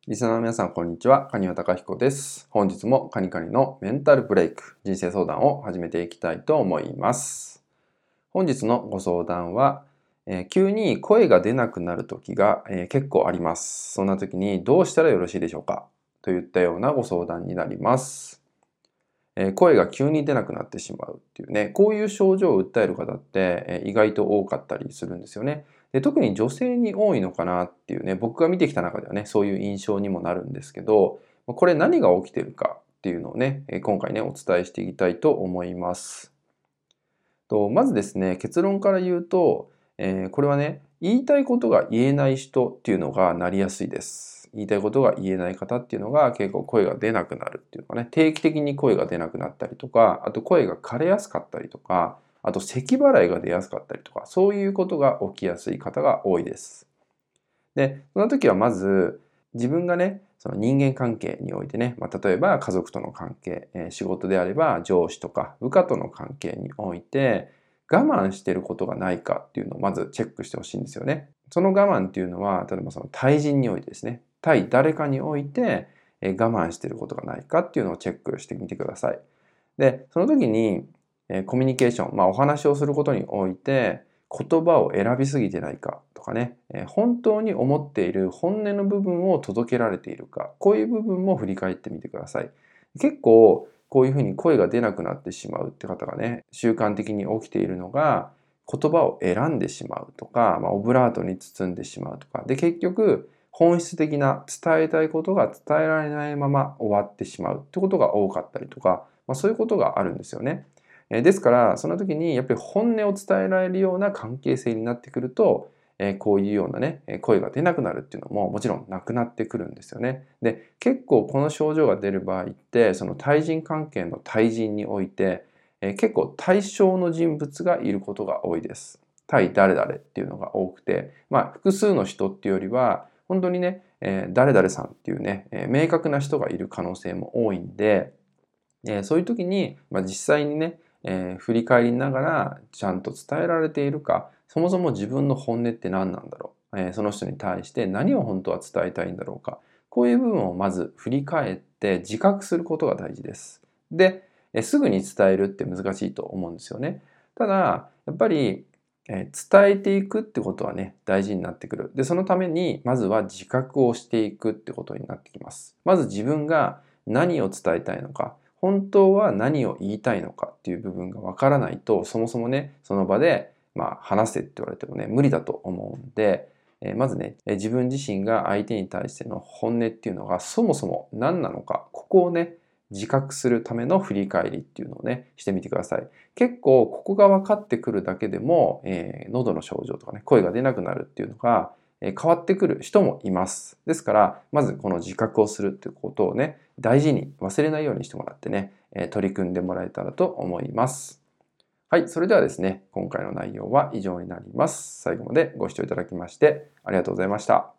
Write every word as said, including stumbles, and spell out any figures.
リスナーの皆さん、こんにちは。カニワタカヒコです。本日もカニカニのメンタルブレイク、人生相談を始めていきたいと思います。本日のご相談は、えー、急に声が出なくなる時が、えー、結構あります。そんな時にどうしたらよろしいでしょうかといったようなご相談になります。えー、声が急に出なくなってしまうっていうね、こういう症状を訴える方って、えー、意外と多かったりするんですよね。で、特に女性に多いのかなっていうね、僕が見てきた中ではね、そういう印象にもなるんですけど、これ何が起きてるかっていうのをね、今回ね、お伝えしていきたいと思います。とまずですね、結論から言うと、えーこれはね、言いたいことが言えない人っていうのがなりやすいです。言いたいことが言えない方っていうのが結構声が出なくなるっていうかね、定期的に声が出なくなったりとか、あと声が枯れやすかったりとか、あと咳払いが出やすかったりとか、そういうことが起きやすい方が多いです。で、その時はまず自分がね、その人間関係においてね、まあ、例えば家族との関係、えー仕事であれば上司とか部下との関係において我慢してることがないかっていうのをまずチェックしてほしいんですよね。その我慢っていうのは、例えばその対人においてですね、対誰かにおいてえー我慢してることがないかっていうのをチェックしてみてください。で、その時にえーコミュニケーション、まあお話をすることにおいて言葉を選びすぎてないかとかね、えー本当に思っている本音の部分を届けられているか、こういう部分も振り返ってみてください。結構こういうふうに声が出なくなってしまうって方がね、習慣的に起きているのが、言葉を選んでしまうとか、まあ、オブラートに包んでしまうとか、で結局本質的な伝えたいことが伝えられないまま終わってしまうってことが多かったりとか、まあ、そういうことがあるんですよね。えーですから、その時にやっぱり本音を伝えられるような関係性になってくると、えーこういうようなね、え声が出なくなるっていうのももちろんなくなってくるんですよね。で、結構この症状が出る場合って、その対人関係の対人において、えー結構対象の人物がいることが多いです。対誰々っていうのが多くて、まあ複数の人っていうよりは、本当にね、えー誰々さんっていうね、えー明確な人がいる可能性も多いんで、えーそういう時に、まあ、実際にね、えー振り返りながらちゃんと伝えられているか、そもそも自分の本音って何なんだろう、えーその人に対して何を本当は伝えたいんだろうか、こういう部分をまず振り返って自覚することが大事です。で、えーすぐに伝えるって難しいと思うんですよね。ただ、やっぱり、えー伝えていくってことはね、大事になってくる。で、そのために、まずは自覚をしていくってことになってきます。まず自分が何を伝えたいのか、本当は何を言いたいのかっていう部分がわからないと、そもそもね、その場で、まあ、話せって言われてもね、無理だと思うんで、えーまずね、えー自分自身が相手に対しての本音っていうのがそもそも何なのか、ここをね、自覚するための振り返りっていうのをね、してみてください。結構、ここが分かってくるだけでも、えー喉の症状とかね、声が出なくなるっていうのが、えー変わってくる人もいます。ですから、まずこの自覚をするっていうことをね、大事に忘れないようにしてもらってね、えー取り組んでもらえたらと思います。はい、それではですね、今回の内容は以上になります。最後までご視聴いただきましてありがとうございました。